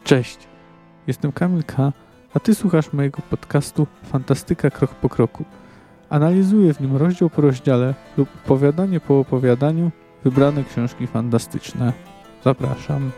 Cześć, jestem Kamil K., a Ty słuchasz mojego podcastu Fantastyka Krok po Kroku. Analizuję w nim rozdział po rozdziale lub opowiadanie po opowiadaniu wybrane książki fantastyczne. Zapraszam.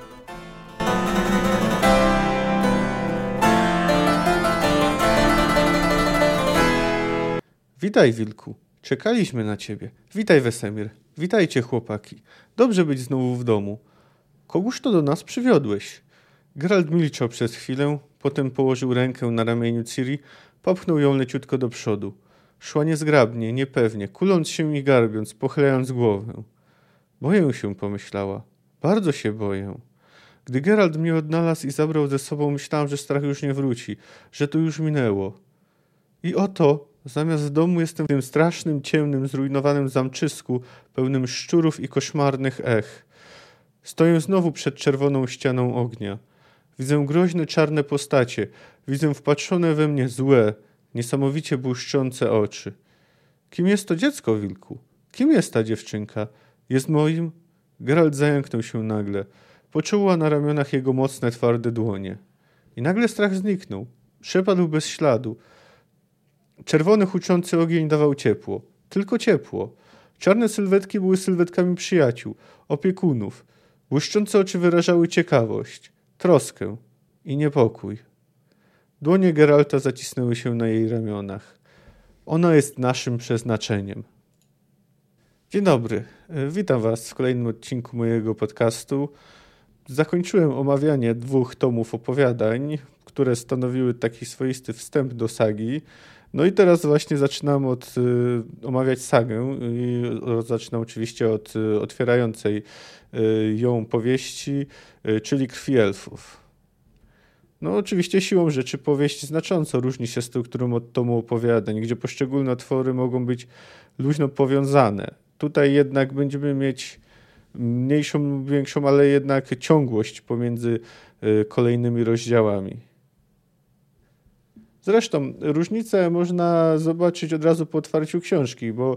Witaj, Wilku. Czekaliśmy na ciebie. Witaj, Wesemir. Witajcie, chłopaki. Dobrze być znowu w domu. Kogóż to do nas przywiodłeś? Geralt milczał przez chwilę, potem położył rękę na ramieniu Ciri, popchnął ją leciutko do przodu. Szła niezgrabnie, niepewnie, kuląc się i garbiąc, pochylając głowę. Boję się, pomyślała. Bardzo się boję. Gdy Geralt mnie odnalazł i zabrał ze sobą, myślałam, że strach już nie wróci, że to już minęło. I oto, zamiast w domu jestem w tym strasznym, ciemnym, zrujnowanym zamczysku, pełnym szczurów i koszmarnych ech. Stoję znowu przed czerwoną ścianą ognia. Widzę groźne, czarne postacie. Widzę wpatrzone we mnie złe, niesamowicie błyszczące oczy. Kim jest to dziecko, Wilku? Kim jest ta dziewczynka? Jest moim? Geralt zająknął się nagle. Poczuła na ramionach jego mocne, twarde dłonie. I nagle strach zniknął. Przepadł bez śladu. Czerwony, huczący ogień dawał ciepło. Tylko ciepło. Czarne sylwetki były sylwetkami przyjaciół, opiekunów. Błyszczące oczy wyrażały ciekawość, troskę i niepokój. Dłonie Geralta zacisnęły się na jej ramionach. Ona jest naszym przeznaczeniem. Dzień dobry. Witam Was w kolejnym odcinku mojego podcastu. Zakończyłem omawianie 2 tomów opowiadań, które stanowiły taki swoisty wstęp do sagi. No i teraz właśnie zaczynam omawiać sagę i zaczynam oczywiście od otwierającej ją powieści, czyli Krwi Elfów. No oczywiście siłą rzeczy powieść znacząco różni się strukturą od tomu opowiadań, gdzie poszczególne twory mogą być luźno powiązane. Tutaj jednak będziemy mieć mniejszą, większą, ale jednak ciągłość pomiędzy kolejnymi rozdziałami. Zresztą różnicę można zobaczyć od razu po otwarciu książki, bo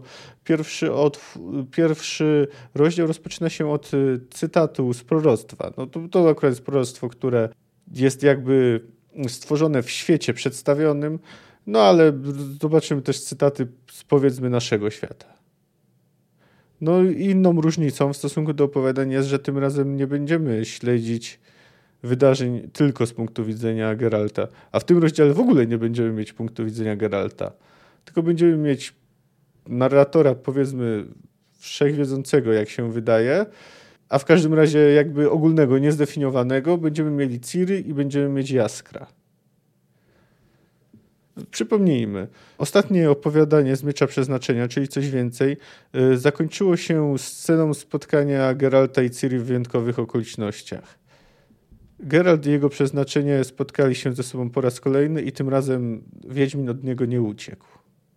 pierwszy rozdział rozpoczyna się od cytatu z proroctwa. No to akurat jest proroctwo, które jest jakby stworzone w świecie przedstawionym, no ale zobaczymy też cytaty z, powiedzmy, naszego świata. No i inną różnicą w stosunku do opowiadania jest, że tym razem nie będziemy śledzić wydarzeń tylko z punktu widzenia Geralta. A w tym rozdziale w ogóle nie będziemy mieć punktu widzenia Geralta. Tylko będziemy mieć narratora, powiedzmy, wszechwiedzącego, jak się wydaje, a w każdym razie jakby ogólnego, niezdefiniowanego, będziemy mieli Ciri i będziemy mieć Jaskra. Przypomnijmy, ostatnie opowiadanie z Miecza Przeznaczenia, czyli coś więcej, zakończyło się sceną spotkania Geralta i Ciri w wyjątkowych okolicznościach. Geralt i jego przeznaczenie spotkali się ze sobą po raz kolejny i tym razem Wiedźmin od niego nie uciekł.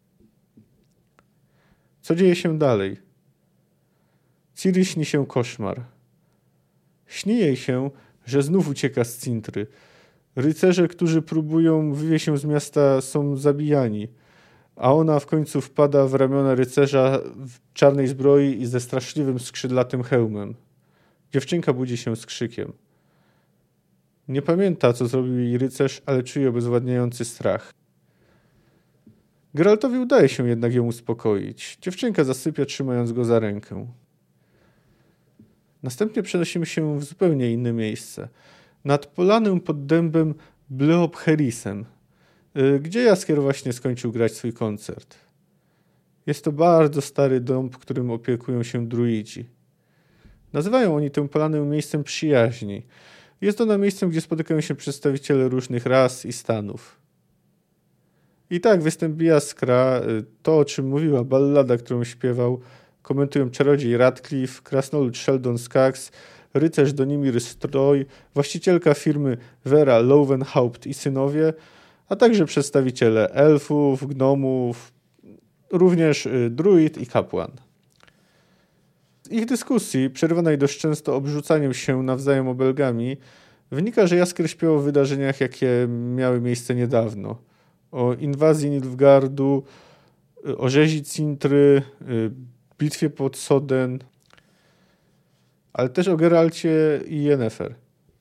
Co dzieje się dalej? Ciri śni się koszmar. Śni jej się, że znów ucieka z Cintry. Rycerze, którzy próbują wywieźć się z miasta, są zabijani, a ona w końcu wpada w ramiona rycerza w czarnej zbroi i ze straszliwym skrzydlatym hełmem. Dziewczynka budzi się z krzykiem. Nie pamięta, co zrobił jej rycerz, ale czuje obezwładniający strach. Geraltowi udaje się jednak ją uspokoić. Dziewczynka zasypia, trzymając go za rękę. Następnie przenosimy się w zupełnie inne miejsce. Nad polanę pod dębem Bleopherisem, gdzie Jaskier właśnie skończył grać swój koncert. Jest to bardzo stary dąb, którym opiekują się druidzi. Nazywają oni tę polanę miejscem przyjaźni. Jest ona miejscem, gdzie spotykają się przedstawiciele różnych ras i stanów. I tak występ Jaskra, to o czym mówiła ballada, którą śpiewał, komentują czarodziej Radcliffe, krasnolud Sheldon Skaggs, rycerz Donimir Stroj, właścicielka firmy Vera Lowenhaupt i synowie, a także przedstawiciele elfów, gnomów, również druid i kapłan. Z ich dyskusji, przerywanej dość często obrzucaniem się nawzajem obelgami, wynika, że Jaskier śpiewał o wydarzeniach, jakie miały miejsce niedawno. O inwazji Nilfgaardu, o rzezi Cintry, bitwie pod Soden, ale też o Geralcie i Yennefer.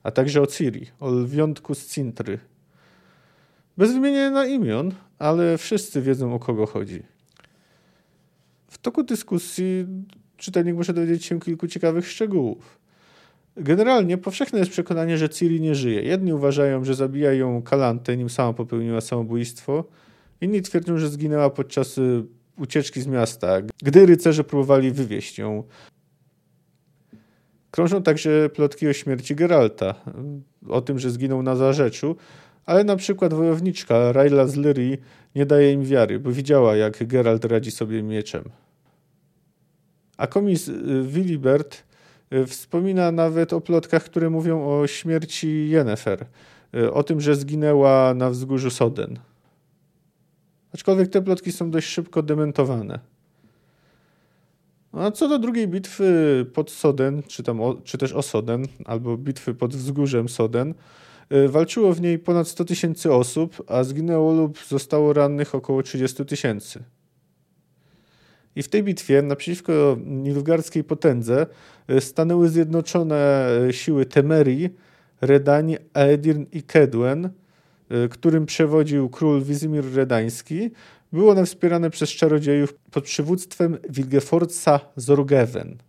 a także o Ciri, o lwiątku z Cintry. Bez wymienienia imion, ale wszyscy wiedzą, o kogo chodzi. W toku dyskusji czytelnik może dowiedzieć się kilku ciekawych szczegółów. Generalnie powszechne jest przekonanie, że Ciri nie żyje. Jedni uważają, że zabija ją Calanthe, nim sama popełniła samobójstwo. Inni twierdzą, że zginęła podczas ucieczki z miasta, gdy rycerze próbowali wywieźć ją. Krążą także plotki o śmierci Geralta, o tym, że zginął na Zarzeczu, ale na przykład wojowniczka Rayla z Lyrii nie daje im wiary, bo widziała, jak Geralt radzi sobie mieczem. A komis Willibert wspomina nawet o plotkach, które mówią o śmierci Yennefer, o tym, że zginęła na wzgórzu Soden. Aczkolwiek te plotki są dość szybko dementowane. A co do drugiej bitwy pod Soden, czy też o Soden, albo bitwy pod wzgórzem Soden, walczyło w niej ponad 100 000 osób, a zginęło lub zostało rannych około 30 000. I w tej bitwie naprzeciwko nilfgaardzkiej potędze stanęły zjednoczone siły Temerii, Redani, Aedirn i Kedwen, którym przewodził król Wizimir Redański. Było one wspierane przez czarodziejów pod przywództwem Wilgefortza Zorgeven.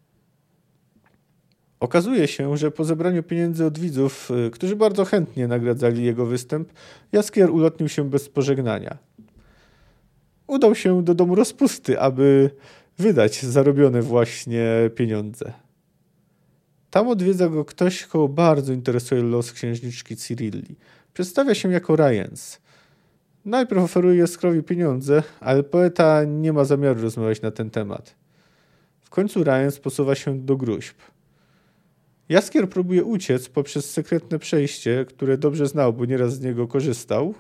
Okazuje się, że po zebraniu pieniędzy od widzów, którzy bardzo chętnie nagradzali jego występ, Jaskier ulotnił się bez pożegnania. Udał się do domu rozpusty, aby wydać zarobione właśnie pieniądze. Tam odwiedza go ktoś, kogo bardzo interesuje los księżniczki Cirilli. Przedstawia się jako Ryans. Najpierw oferuje Jaskrowi pieniądze, ale poeta nie ma zamiaru rozmawiać na ten temat. W końcu Ryans posuwa się do gruźb. Jaskier próbuje uciec poprzez sekretne przejście, które dobrze znał, bo nieraz z niego korzystał.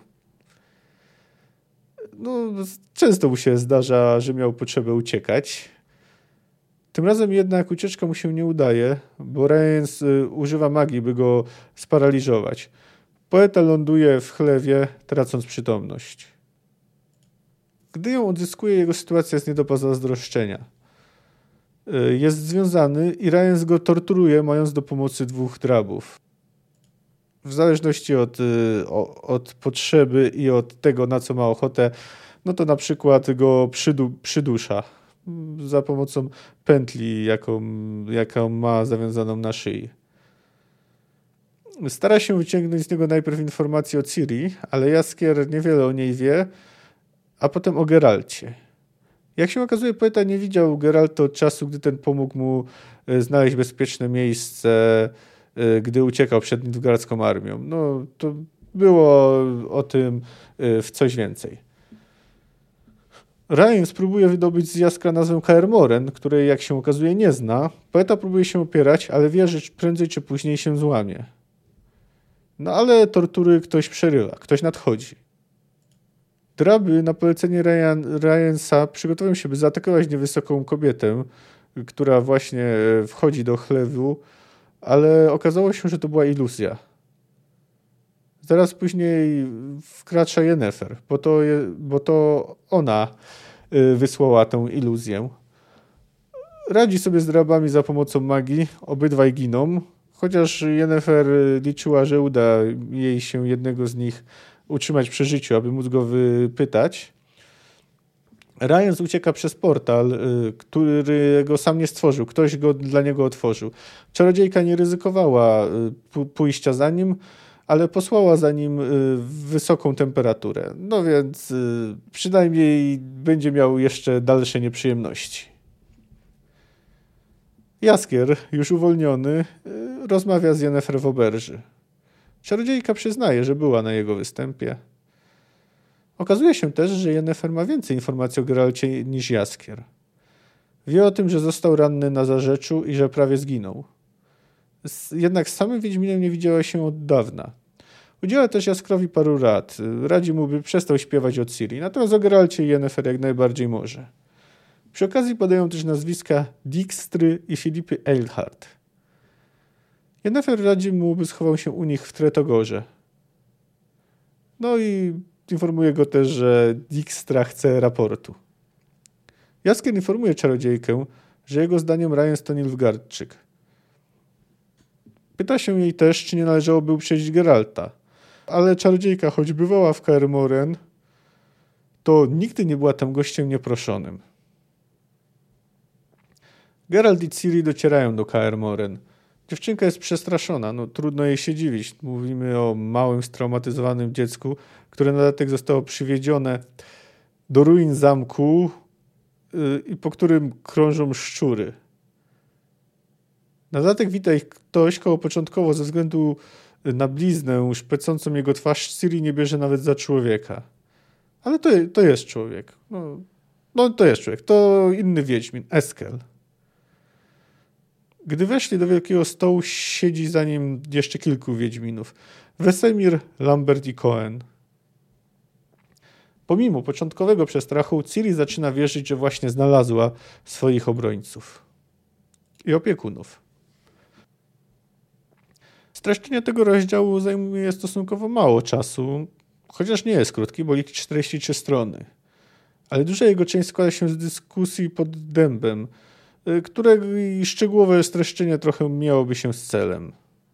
Często mu się zdarza, że miał potrzebę uciekać. Tym razem jednak ucieczka mu się nie udaje, bo Ryans używa magii, by go sparaliżować. Poeta ląduje w chlewie, tracąc przytomność. Gdy ją odzyskuje, jego sytuacja jest nie do pozazdroszczenia. Jest związany i Ryans go torturuje, mając do pomocy 2 drabów. W zależności od potrzeby i od tego, na co ma ochotę, to na przykład go przydusza za pomocą pętli, jaką ma zawiązaną na szyi. Stara się wyciągnąć z niego najpierw informacje o Ciri, ale Jaskier niewiele o niej wie, a potem o Geralcie. Jak się okazuje, poeta nie widział Geralta od czasu, gdy ten pomógł mu znaleźć bezpieczne miejsce, gdy uciekał przed nilfgaardzką armią. To było o tym w coś więcej. Ryans próbuje wydobyć z Jaskra nazwę Kaer Morhen, której, jak się okazuje, nie zna. Poeta próbuje się opierać, ale wie, że prędzej czy później się złamie. Ale tortury ktoś przerywa, ktoś nadchodzi. Draby na polecenie Ryansa przygotowują się, by zaatakować niewysoką kobietę, która właśnie wchodzi do chlewu, ale okazało się, że to była iluzja. Zaraz później wkracza Yennefer, bo to ona wysłała tę iluzję. Radzi sobie z drabami za pomocą magii, obydwaj giną, chociaż Yennefer liczyła, że uda jej się jednego z nich utrzymać przy życiu, aby móc go wypytać. Ryans ucieka przez portal, który go sam nie stworzył. Ktoś go dla niego otworzył. Czarodziejka nie ryzykowała pójścia za nim, ale posłała za nim wysoką temperaturę. Więc przynajmniej będzie miał jeszcze dalsze nieprzyjemności. Jaskier, już uwolniony, rozmawia z Yennefer w oberży. Czarodziejka przyznaje, że była na jego występie. Okazuje się też, że Yennefer ma więcej informacji o Geralcie niż Jaskier. Wie o tym, że został ranny na Zarzeczu i że prawie zginął. Jednak z samym Wiedźminem nie widziała się od dawna. Udziela też Jaskrowi paru rad. Radzi mu, by przestał śpiewać o Ciri, natomiast o Geralcie Yennefer jak najbardziej może. Przy okazji podają też nazwiska Dijkstry i Filipy Eilhart. Yennefer radzi mu, by schował się u nich w Tretogorze. I informuje go też, że Dijkstra chce raportu. Jaskier informuje czarodziejkę, że jego zdaniem Ryans to Nilfgaardczyk. Pyta się jej też, czy nie należałoby uprzedzić Geralta. Ale czarodziejka, choć bywała w Kaer Morhen, to nigdy nie była tam gościem nieproszonym. Geralt i Ciri docierają do Kaer Morhen. Dziewczynka jest przestraszona, trudno jej się dziwić. Mówimy o małym, straumatyzowanym dziecku, które na dodatek zostało przywiedzione do ruin zamku i po którym krążą szczury. Na dodatek wita ich ktoś, kogo początkowo ze względu na bliznę szpecącą jego twarz Ciri nie bierze nawet za człowieka. Ale to jest człowiek. To jest człowiek. To inny wiedźmin, Eskel. Gdy weszli do wielkiego stołu, siedzi za nim jeszcze kilku wiedźminów. Wesemir, Lambert i Cohen. Pomimo początkowego przestrachu, Ciri zaczyna wierzyć, że właśnie znalazła swoich obrońców i opiekunów. Streszczenie tego rozdziału zajmuje stosunkowo mało czasu, chociaż nie jest krótki, bo liczy 43 strony. Ale duża jego część składa się z dyskusji pod dębem, którego szczegółowe streszczenie trochę miałoby się z celem.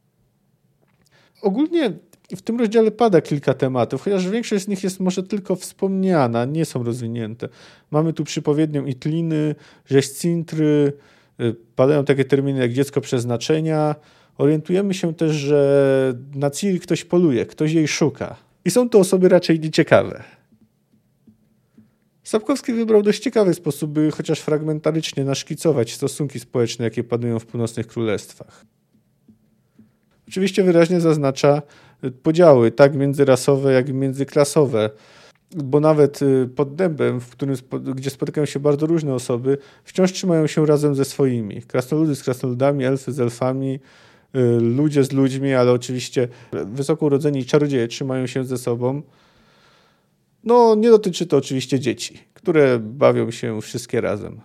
Ogólnie w tym rozdziale pada kilka tematów, chociaż większość z nich jest może tylko wspomniana, nie są rozwinięte. Mamy tu przypowiednią Itliny, rzeź Cintry, padają takie terminy jak dziecko przeznaczenia. Orientujemy się też, że na Ciri ktoś poluje, ktoś jej szuka. I są to osoby raczej nieciekawe. Sapkowski wybrał dość ciekawy sposób, by chociaż fragmentarycznie naszkicować stosunki społeczne, jakie panują w północnych królestwach. Oczywiście wyraźnie zaznacza podziały, tak międzyrasowe, jak i międzyklasowe, bo nawet pod dębem, gdzie spotykają się bardzo różne osoby, wciąż trzymają się razem ze swoimi. Krasnoludy z krasnoludami, elfy z elfami, ludzie z ludźmi, ale oczywiście wysoko urodzeni czarodzieje trzymają się ze sobą. Nie dotyczy to oczywiście dzieci, które bawią się wszystkie razem.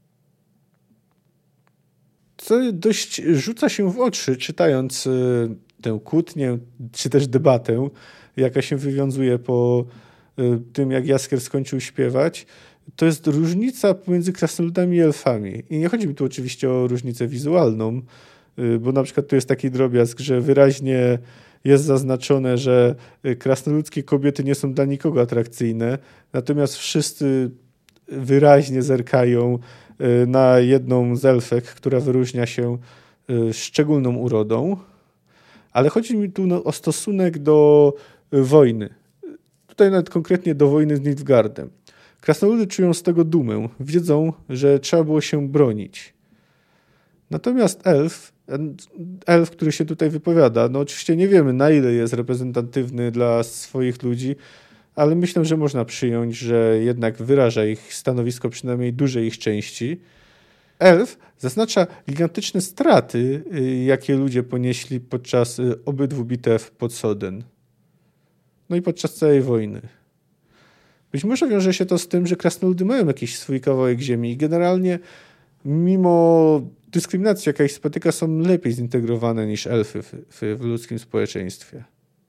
Co dość rzuca się w oczy, czytając tę kłótnię, czy też debatę, jaka się wywiązuje po tym, jak Jaskier skończył śpiewać, to jest różnica pomiędzy krasnoludami i elfami. I nie chodzi mi tu oczywiście o różnicę wizualną, bo na przykład tu jest taki drobiazg, że wyraźnie jest zaznaczone, że krasnoludzkie kobiety nie są dla nikogo atrakcyjne, natomiast wszyscy wyraźnie zerkają na jedną z elfek, która wyróżnia się szczególną urodą. Ale chodzi mi tu o stosunek do wojny. Tutaj nawet konkretnie do wojny z Nilfgaardem. Krasnoludy czują z tego dumę. Wiedzą, że trzeba było się bronić. Natomiast elf, który się tutaj wypowiada, oczywiście nie wiemy, na ile jest reprezentatywny dla swoich ludzi, ale myślę, że można przyjąć, że jednak wyraża ich stanowisko, przynajmniej dużej ich części. Elf zaznacza gigantyczne straty, jakie ludzie ponieśli podczas obydwu bitew pod Soden. I podczas całej wojny. Być może wiąże się to z tym, że krasnoludy mają jakiś swój kawałek ziemi i generalnie mimo dyskryminacji, jaka ich spotyka, są lepiej zintegrowane niż elfy w ludzkim społeczeństwie.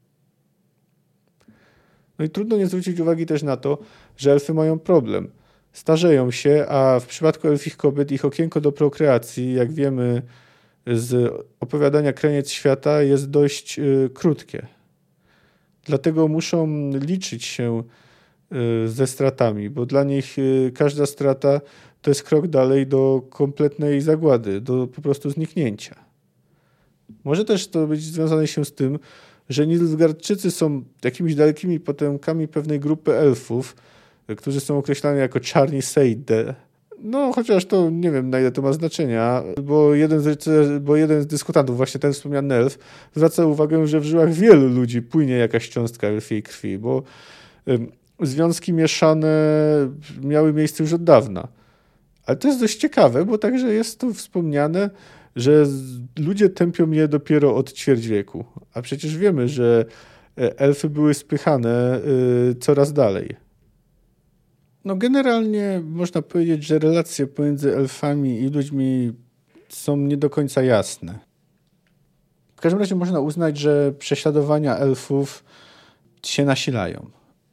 I trudno nie zwrócić uwagi też na to, że elfy mają problem. Starzeją się, a w przypadku elfich kobiet ich okienko do prokreacji, jak wiemy z opowiadania Kraniec Świata, jest dość krótkie. Dlatego muszą liczyć się ze stratami, bo dla nich każda strata to jest krok dalej do kompletnej zagłady, do po prostu zniknięcia. Może też to być związane się z tym, że Nilfgaardczycy są jakimiś dalekimi potomkami pewnej grupy elfów, którzy są określani jako czarni Seide. Chociaż to nie wiem, na ile to ma znaczenia, bo jeden z dyskutantów, właśnie ten wspomniany elf, zwraca uwagę, że w żyłach wielu ludzi płynie jakaś cząstka elfiej krwi, bo związki mieszane miały miejsce już od dawna. Ale to jest dość ciekawe, bo także jest tu wspomniane, że ludzie tępią je dopiero od ćwierć wieku. A przecież wiemy, że elfy były spychane coraz dalej. Generalnie można powiedzieć, że relacje pomiędzy elfami i ludźmi są nie do końca jasne. W każdym razie można uznać, że prześladowania elfów się nasilają.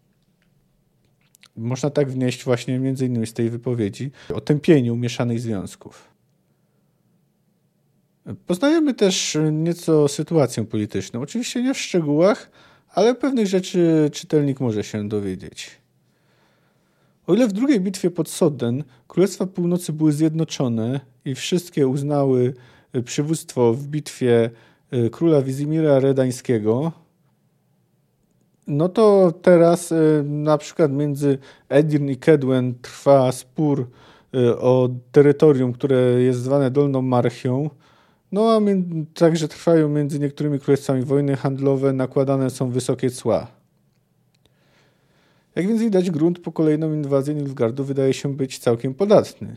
Można tak wnieść właśnie między innymi z tej wypowiedzi o tępieniu mieszanych związków. Poznajemy też nieco sytuację polityczną. Oczywiście nie w szczegółach, ale pewnych rzeczy czytelnik może się dowiedzieć. O ile w drugiej bitwie pod Sodden Królestwa Północy były zjednoczone i wszystkie uznały przywództwo w bitwie króla Wizimira Redańskiego, no to teraz na przykład między Edirn i Kedwen trwa spór o terytorium, które jest zwane Dolną Marchią. No a także trwają między niektórymi królestwami wojny handlowe, nakładane są wysokie cła. Jak więc widać, grunt po kolejną inwazję Nilfgaardu wydaje się być całkiem podatny.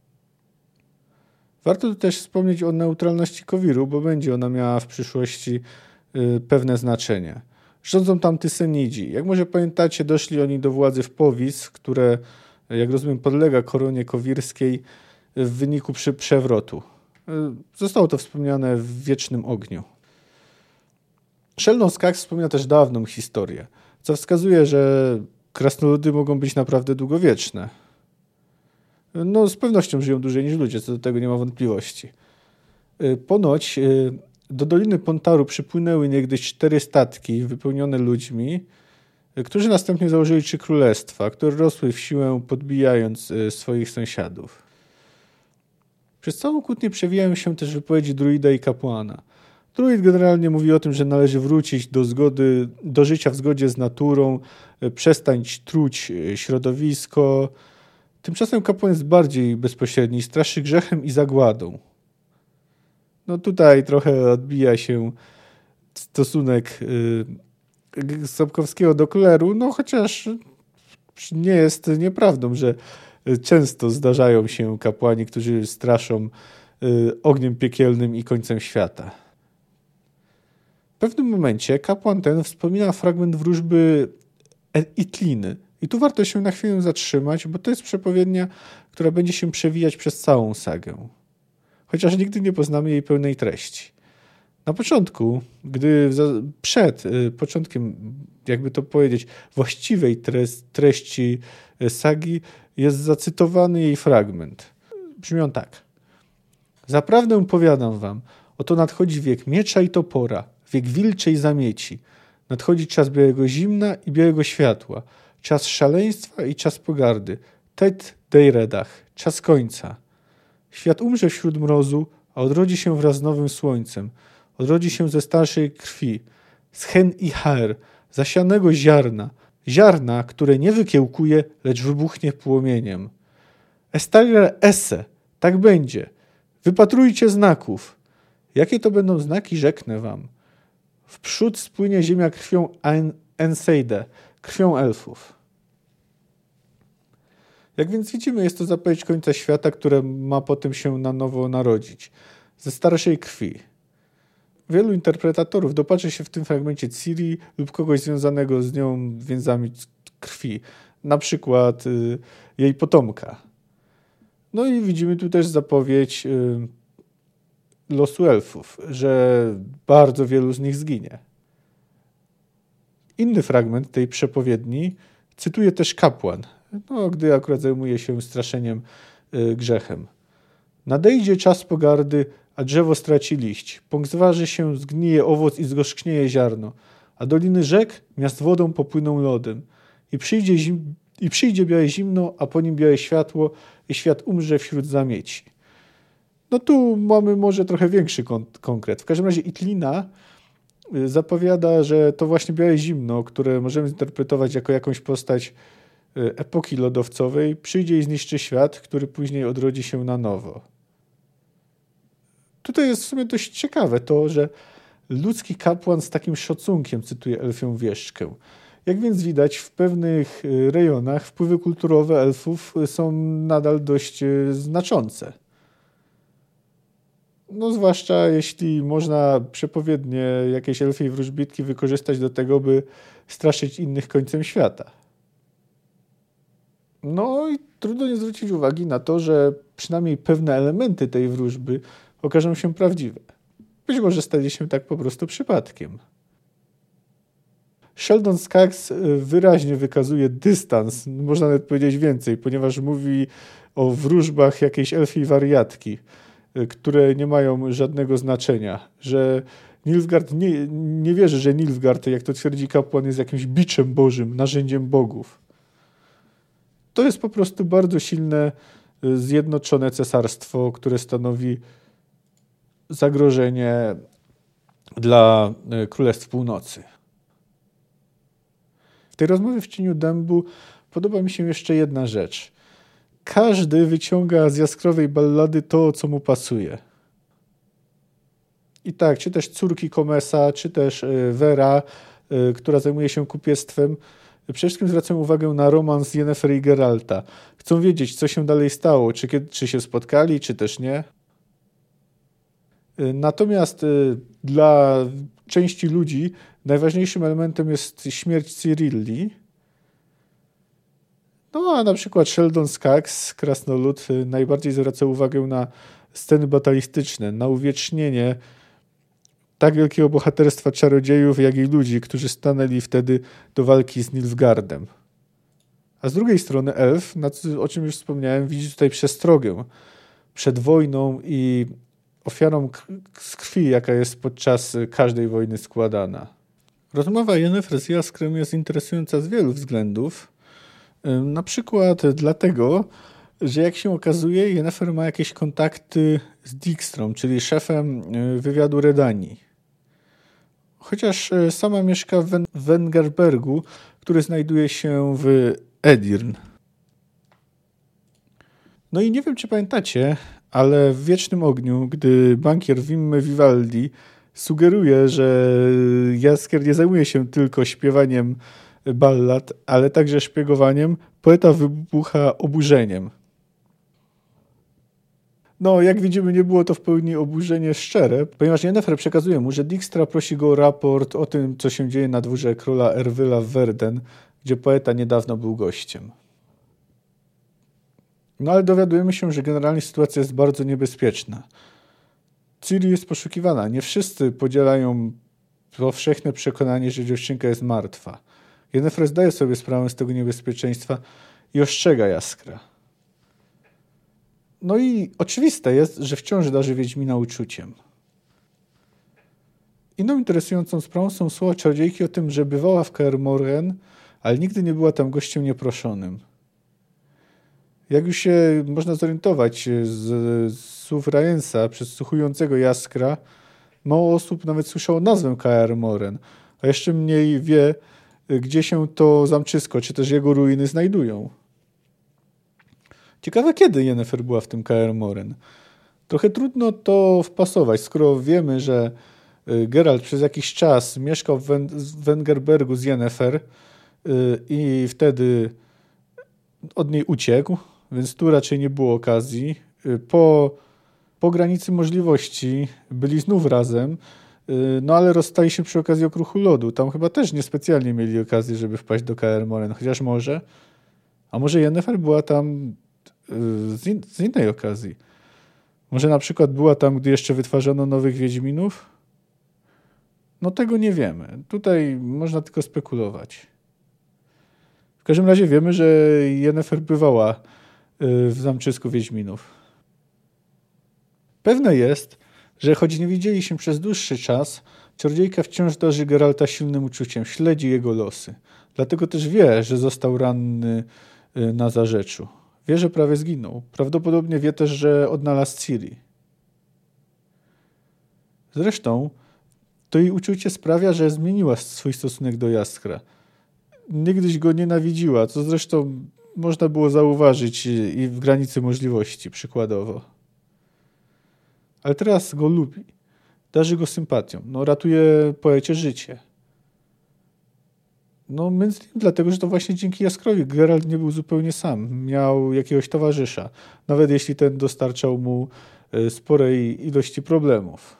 Warto tu też wspomnieć o neutralności Kowiru, bo będzie ona miała w przyszłości pewne znaczenie. Rządzą tam Tysenidzi. Jak może pamiętacie, doszli oni do władzy w Powis, które, jak rozumiem, podlega koronie kowirskiej w wyniku przewrotu. Zostało to wspomniane w Wiecznym Ogniu. Sheldon Skaggs wspomina też dawną historię, co wskazuje, że krasnoludy mogą być naprawdę długowieczne. No, z pewnością żyją dłużej niż ludzie, co do tego nie ma wątpliwości. Ponoć do Doliny Pontaru przypłynęły niegdyś 4 statki wypełnione ludźmi, którzy następnie założyli 3 królestwa, które rosły w siłę, podbijając swoich sąsiadów. Przez całą kłótnię przewijają się też wypowiedzi druida i kapłana. Druid generalnie mówi o tym, że należy wrócić do życia w zgodzie z naturą, przestać truć środowisko. Tymczasem kapłan jest bardziej bezpośredni, straszy grzechem i zagładą. No tutaj trochę odbija się stosunek Sapkowskiego do kleru, no chociaż nie jest nieprawdą, że często zdarzają się kapłani, którzy straszą ogniem piekielnym i końcem świata. W pewnym momencie kapłan ten wspomina fragment wróżby Itliny. I tu warto się na chwilę zatrzymać, bo to jest przepowiednia, która będzie się przewijać przez całą sagę. Chociaż nigdy nie poznamy jej pełnej treści. Na początku, przed początkiem, jakby to powiedzieć, właściwej treści sagi, jest zacytowany jej fragment. Brzmi on tak. Zaprawdę powiadam wam, oto nadchodzi wiek miecza i topora, wiek wilczej zamieci. Nadchodzi czas białego zimna i białego światła, czas szaleństwa i czas pogardy. Tet deiredach, czas końca. Świat umrze wśród mrozu, a odrodzi się wraz z nowym słońcem. Odrodzi się ze starszej krwi, z hen i her, zasianego ziarna, które nie wykiełkuje, lecz wybuchnie płomieniem. Estager esse, tak będzie. Wypatrujcie znaków. Jakie to będą znaki, rzeknę wam. Wprzód spłynie ziemia krwią Enseide, krwią elfów. Jak więc widzimy, jest to zapowiedź końca świata, które ma potem się na nowo narodzić. Ze starszej krwi. Wielu interpretatorów dopatrzy się w tym fragmencie Ciri lub kogoś związanego z nią więzami krwi. Na przykład jej potomka. No i widzimy tu też zapowiedź losu elfów, że bardzo wielu z nich zginie. Inny fragment tej przepowiedni cytuje też kapłan, gdy akurat zajmuje się straszeniem grzechem. Nadejdzie czas pogardy, a drzewo straci liść. Pąk zważy się, zgnije owoc i zgorzknieje ziarno. A doliny rzek miast wodą popłyną lodem. I przyjdzie białe zimno, a po nim białe światło i świat umrze wśród zamieci. No tu mamy może trochę większy konkret. W każdym razie Itlina zapowiada, że to właśnie białe zimno, które możemy zinterpretować jako jakąś postać epoki lodowcowej, przyjdzie i zniszczy świat, który później odrodzi się na nowo. Tutaj jest w sumie dość ciekawe to, że ludzki kapłan z takim szacunkiem cytuje elfią wieszczkę. Jak więc widać, w pewnych rejonach wpływy kulturowe elfów są nadal dość znaczące. No zwłaszcza jeśli można przepowiednie jakiejś elfiej wróżbitki wykorzystać do tego, by straszyć innych końcem świata. No i trudno nie zwrócić uwagi na to, że przynajmniej pewne elementy tej wróżby okażą się prawdziwe. Być może stali się tak po prostu przypadkiem. Sheldon Skaggs wyraźnie wykazuje dystans, można nawet powiedzieć więcej, ponieważ mówi o wróżbach jakiejś elfiej wariatki. które nie mają żadnego znaczenia, że Nilfgaard nie wierzy, że Nilfgaard, jak to twierdzi kapłan, jest jakimś biczem bożym, narzędziem bogów. To jest po prostu bardzo silne, zjednoczone cesarstwo, które stanowi zagrożenie dla Królestw Północy. W tej rozmowie w Cieniu Dębu podoba mi się jeszcze jedna rzecz. Każdy wyciąga z Jaskrowej Ballady to, co mu pasuje. I tak, czy też córki Comesa, czy też Vera, która zajmuje się kupiectwem, przede wszystkim zwracają uwagę na romans Yennefer i Geralta. Chcą wiedzieć, co się dalej stało, czy się spotkali, czy też nie. Natomiast dla części ludzi najważniejszym elementem jest śmierć Cyrilli. No a na przykład Sheldon Skaggs, krasnolud, najbardziej zwraca uwagę na sceny batalistyczne, na uwiecznienie tak wielkiego bohaterstwa czarodziejów, jak i ludzi, którzy stanęli wtedy do walki z Nilfgaardem. A z drugiej strony elf, o czym już wspomniałem, widzi tutaj przestrogę przed wojną i ofiarą z krwi, jaka jest podczas każdej wojny składana. Rozmowa Yennefer z Jaskrem jest interesująca z wielu względów. Na przykład dlatego, że jak się okazuje, Yennefer ma jakieś kontakty z Dijkstrą, czyli szefem wywiadu Redanii. Chociaż sama mieszka w Wengerbergu, który znajduje się w Edirn. No i nie wiem, czy pamiętacie, ale w Wiecznym Ogniu, gdy bankier Wimme Vivaldi sugeruje, że Jaskier nie zajmuje się tylko śpiewaniem ballad, ale także szpiegowaniem, poeta wybucha oburzeniem. No, jak widzimy, nie było to w pełni oburzenie szczere, ponieważ Yennefer przekazuje mu, że Dijkstra prosi go o raport o tym, co się dzieje na dworze króla Erwyla w Verden, gdzie poeta niedawno był gościem. No ale dowiadujemy się, że generalnie sytuacja jest bardzo niebezpieczna. Ciri jest poszukiwana. Nie wszyscy podzielają powszechne przekonanie, że dziewczynka jest martwa. Yennefer zdaje sobie sprawę z tego niebezpieczeństwa i ostrzega Jaskra. No i oczywiste jest, że wciąż darzy Wiedźmina uczuciem. Inną interesującą sprawą są słowa czarodziejki o tym, że bywała w Kaer Morhen, ale nigdy nie była tam gościem nieproszonym. Jak już się można zorientować z słów Ryensa, przesłuchującego Jaskra, mało osób nawet słyszało nazwę Kaer Morhen, a jeszcze mniej wie, gdzie się to zamczysko, czy też jego ruiny znajdują. Ciekawe, kiedy Yennefer była w tym Kaer Morhen. Trochę trudno to wpasować, skoro wiemy, że Geralt przez jakiś czas mieszkał w Wengerbergu z Yennefer i wtedy od niej uciekł, więc tu raczej nie było okazji. Po granicy możliwości byli znów razem, no ale rozstali się przy okazji Okruchu Lodu. Tam chyba też niespecjalnie mieli okazję, żeby wpaść do Kaer Morhen, chociaż może. A może Yennefer była tam z innej okazji. Może na przykład była tam, gdy jeszcze wytwarzano nowych Wiedźminów? No tego nie wiemy. Tutaj można tylko spekulować. W każdym razie wiemy, że Yennefer bywała w zamczysku Wiedźminów. Pewne jest, że choć nie widzieli się przez dłuższy czas, czarodziejka wciąż darzy Geralta silnym uczuciem, śledzi jego losy. Dlatego też wie, że został ranny na Zarzeczu. Wie, że prawie zginął. Prawdopodobnie wie też, że odnalazł Ciri. Zresztą to jej uczucie sprawia, że zmieniła swój stosunek do Jaskra. Niegdyś go nienawidziła, co zresztą można było zauważyć i w granicy możliwości, przykładowo. Ale teraz go lubi. Darzy go sympatią. No, ratuje poecie życie. No, między innymi dlatego, że to właśnie dzięki Jaskrowi Geralt nie był zupełnie sam. Miał jakiegoś towarzysza. Nawet jeśli ten dostarczał mu sporej ilości problemów.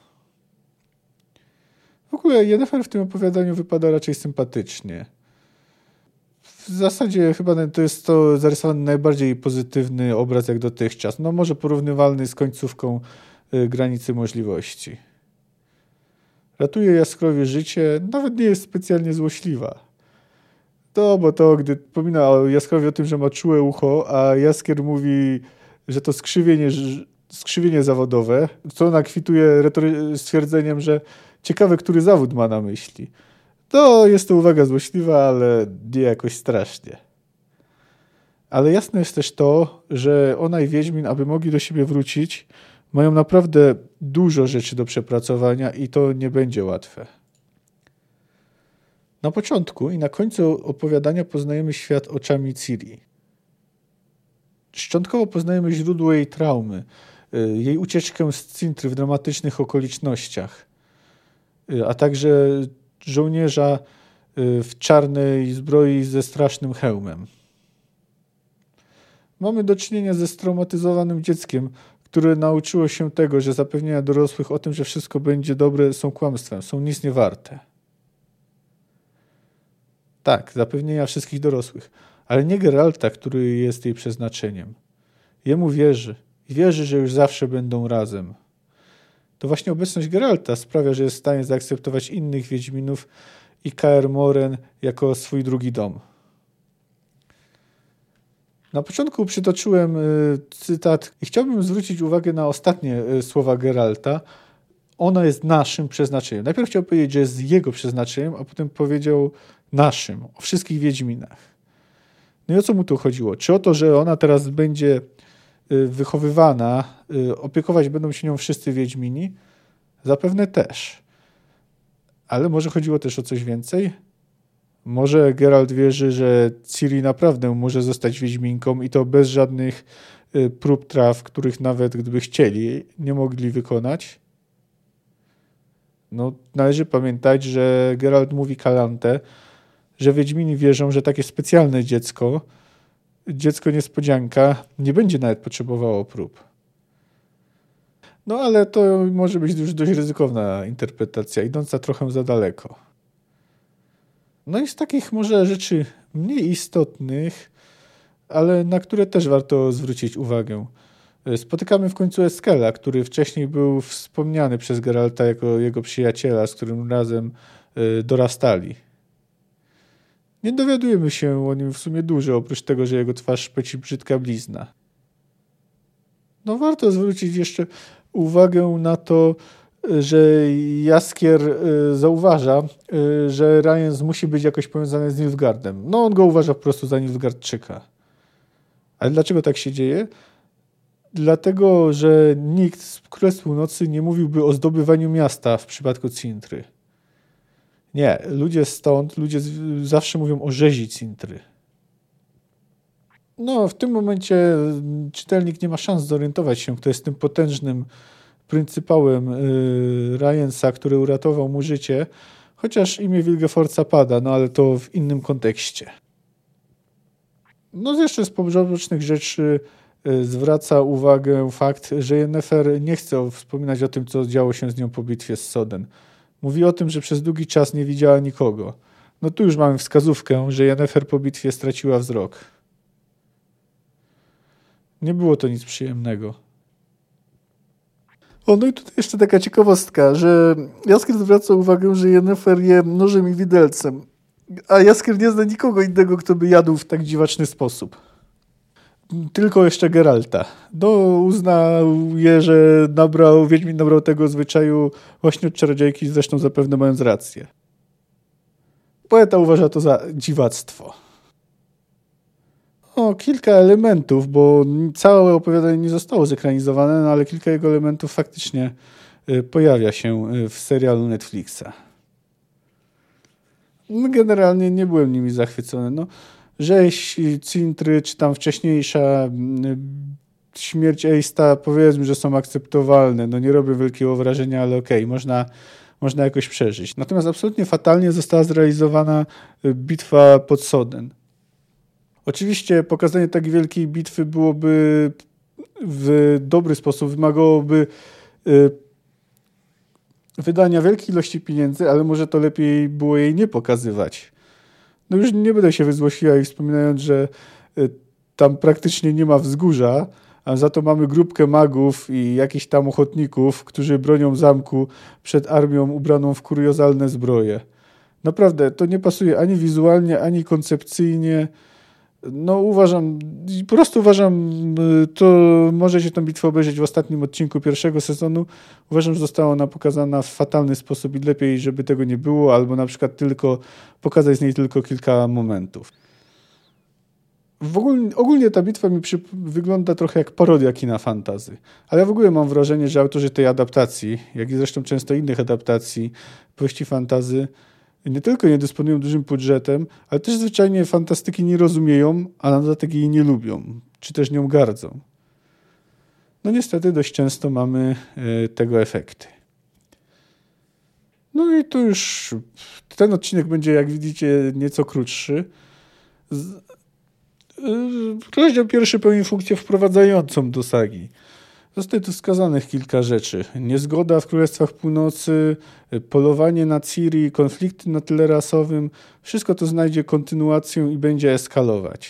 W ogóle Yennefer w tym opowiadaniu wypada raczej sympatycznie. W zasadzie chyba to jest to zarysowany najbardziej pozytywny obraz jak dotychczas. No może porównywalny z końcówką granicy możliwości. Ratuje Jaskrowi życie, nawet nie jest specjalnie złośliwa. To, bo to, gdy wspomina Jaskrowi o tym, że ma czułe ucho, a Jaskier mówi, że to skrzywienie skrzywienie zawodowe, co ona kwituje stwierdzeniem, że ciekawe, który zawód ma na myśli. To jest to uwaga złośliwa, ale nie jakoś strasznie. Ale jasne jest też to, że ona i Wiedźmin, aby mogli do siebie wrócić, mają naprawdę dużo rzeczy do przepracowania i to nie będzie łatwe. Na początku i na końcu opowiadania poznajemy świat oczami Ciri. Szczątkowo poznajemy źródło jej traumy, jej ucieczkę z Cintry w dramatycznych okolicznościach, a także żołnierza w czarnej zbroi ze strasznym hełmem. Mamy do czynienia ze straumatyzowanym dzieckiem, które nauczyło się tego, że zapewnienia dorosłych o tym, że wszystko będzie dobre, są kłamstwem, są nic nie warte. Tak, zapewnienia wszystkich dorosłych, ale nie Geralta, który jest jej przeznaczeniem. Jemu wierzy i wierzy, że już zawsze będą razem. To właśnie obecność Geralta sprawia, że jest w stanie zaakceptować innych Wiedźminów i Kaer Morhen jako swój drugi dom. Na początku przytoczyłem cytat i chciałbym zwrócić uwagę na ostatnie słowa Geralta. Ona jest naszym przeznaczeniem. Najpierw chciał powiedzieć, że jest jego przeznaczeniem, a potem powiedział naszym, o wszystkich Wiedźminach. No i o co mu tu chodziło? Czy o to, że ona teraz będzie wychowywana, opiekować będą się nią wszyscy Wiedźmini? Zapewne też. Ale może chodziło też o coś więcej? Może Geralt wierzy, że Ciri naprawdę może zostać Wiedźminką i to bez żadnych prób traw, których nawet gdyby chcieli, nie mogli wykonać? No, należy pamiętać, że Geralt mówi Kalantę, że Wiedźmini wierzą, że takie specjalne dziecko niespodzianka, nie będzie nawet potrzebowało prób. No ale to może być już dość ryzykowna interpretacja, idąca trochę za daleko. No i z takich może rzeczy mniej istotnych, ale na które też warto zwrócić uwagę. Spotykamy w końcu Eskela, który wcześniej był wspomniany przez Geralta jako jego przyjaciela, z którym razem dorastali. Nie dowiadujemy się o nim w sumie dużo, oprócz tego, że jego twarz szpeci brzydka blizna. No warto zwrócić jeszcze uwagę na to, że Jaskier zauważa, że Rience musi być jakoś powiązany z Nilfgaardem. No on go uważa po prostu za Nilfgaardczyka. Ale dlaczego tak się dzieje? Dlatego, że nikt z Królestw Północy nie mówiłby o zdobywaniu miasta w przypadku Cintry. Nie, ludzie zawsze mówią o rzezi Cintry. No, w tym momencie czytelnik nie ma szans zorientować się, kto jest tym potężnym pryncypałem Rience'a, który uratował mu życie, chociaż imię Wilgefortza pada, no ale to w innym kontekście. No jeszcze z pobocznych rzeczy zwraca uwagę fakt, że Yennefer nie chce wspominać o tym, co działo się z nią po bitwie z Soden. Mówi o tym, że przez długi czas nie widziała nikogo. No tu już mamy wskazówkę, że Yennefer po bitwie straciła wzrok. Nie było to nic przyjemnego. No i tutaj jeszcze taka ciekawostka, że Jaskier zwraca uwagę, że Yennefer je nożem i widelcem, a Jaskier nie zna nikogo innego, kto by jadł w tak dziwaczny sposób. Tylko jeszcze Geralta. No, uznaje, że Wiedźmin nabrał tego zwyczaju właśnie od czarodziejki, zresztą zapewne mając rację. Poeta uważa to za dziwactwo. Kilka elementów, bo całe opowiadanie nie zostało zekranizowane, no ale kilka jego elementów faktycznie pojawia się w serialu Netflixa. Generalnie nie byłem nimi zachwycony. Rzeź Cintry, czy tam wcześniejsza śmierć Eista, powiedzmy, że są akceptowalne. Nie robią wielkiego wrażenia, ale okej, można jakoś przeżyć. Natomiast absolutnie fatalnie została zrealizowana bitwa pod Soden. Oczywiście pokazanie tak wielkiej bitwy byłoby w dobry sposób, wymagałoby wydania wielkiej ilości pieniędzy, ale może to lepiej było jej nie pokazywać. Już nie będę się wyzłośliła i wspominając, że tam praktycznie nie ma wzgórza, a za to mamy grupkę magów i jakichś tam ochotników, którzy bronią zamku przed armią ubraną w kuriozalne zbroje. Naprawdę, to nie pasuje ani wizualnie, ani koncepcyjnie. No po prostu uważam, to możecie tę bitwę obejrzeć w ostatnim odcinku pierwszego sezonu. Uważam, że została ona pokazana w fatalny sposób i lepiej, żeby tego nie było, albo na przykład tylko pokazać z niej tylko kilka momentów. Ogólnie ta bitwa wygląda trochę jak parodia kina fantasy, ale ja w ogóle mam wrażenie, że autorzy tej adaptacji, jak i zresztą często innych adaptacji powieści fantasy, nie tylko nie dysponują dużym budżetem, ale też zwyczajnie fantastyki nie rozumieją, a na dodatek jej nie lubią, czy też nią gardzą. No niestety dość często mamy tego efekty. No i to już ten odcinek będzie, jak widzicie, nieco krótszy. Rozdział pierwszy pełni funkcję wprowadzającą do sagi. Zostaje tu wskazanych kilka rzeczy. Niezgoda w Królestwach Północy, polowanie na Ciri, konflikty na tle rasowym. Wszystko to znajdzie kontynuację i będzie eskalować.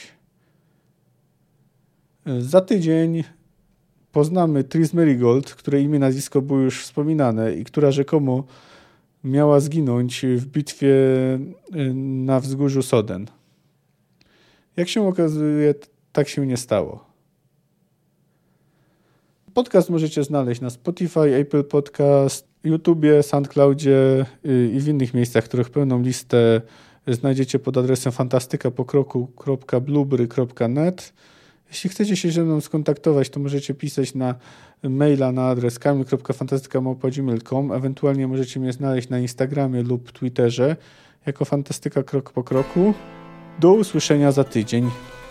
Za tydzień poznamy Tris Merigold, której imię, nazwisko było już wspominane i która rzekomo miała zginąć w bitwie na wzgórzu Soden. Jak się okazuje, tak się nie stało. Podcast możecie znaleźć na Spotify, Apple Podcast, YouTubie, SoundCloudzie i w innych miejscach, których pełną listę znajdziecie pod adresem fantastykapokroku.blueberry.net. Jeśli chcecie się ze mną skontaktować, to możecie pisać na maila na adres kamil.fantastyka@gmail.com. Ewentualnie możecie mnie znaleźć na Instagramie lub Twitterze jako Fantastyka Krok po Kroku. Do usłyszenia za tydzień.